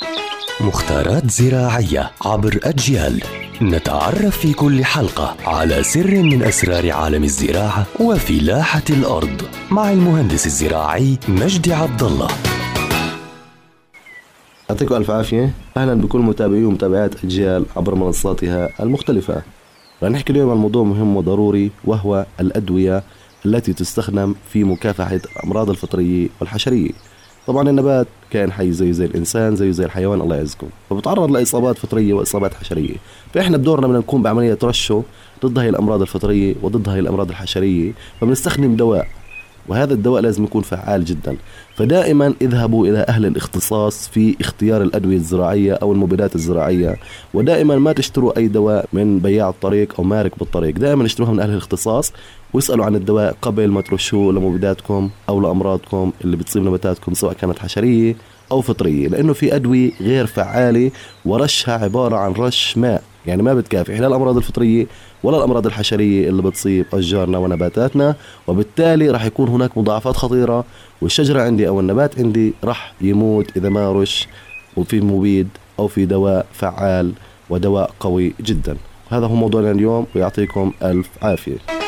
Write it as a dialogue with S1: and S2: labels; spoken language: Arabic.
S1: مختارات زراعية عبر أجيال، نتعرف في كل حلقة على سر من أسرار عالم الزراعة وفلاحة الأرض مع المهندس الزراعي مجدي عبد الله.
S2: يعطيكم ألف عافية. أهلا بكل متابعي ومتابعات أجيال عبر منصاتها المختلفة. رح نحكي اليوم عن موضوع مهم وضروري، وهو الأدوية التي تستخدم في مكافحة الأمراض الفطرية والحشرية. طبعا النبات كائن حي زي الإنسان، زي الحيوان، الله يعزكم، فبتعرض لإصابات فطرية وإصابات حشرية. فإحنا بدورنا بدنا نقوم بعملية رشه ضد هاي الأمراض الفطرية وضد هاي الأمراض الحشرية، فبنستخدم دواء، وهذا الدواء لازم يكون فعال جدا. فدائما اذهبوا إلى أهل الاختصاص في اختيار الأدوية الزراعية أو المبيدات الزراعية، ودائما ما تشتروا أي دواء من بياع الطريق أو مارك بالطريق، دائما اشتروها من أهل الاختصاص واسألوا عن الدواء قبل ما ترشوه لمبيداتكم أو لأمراضكم اللي بتصيب نباتاتكم سواء كانت حشرية أو فطرية، لأنه في أدوية غير فعالة ورشها عبارة عن رش ماء، يعني ما بتكافح لا الأمراض الفطرية ولا الأمراض الحشرية اللي بتصيب أشجارنا ونباتاتنا، وبالتالي راح يكون هناك مضاعفات خطيرة، والشجرة عندي أو النبات عندي راح يموت إذا ما رش وفي مبيد أو في دواء فعال ودواء قوي جدا. هذا هو موضوعنا اليوم، ويعطيكم ألف عافية.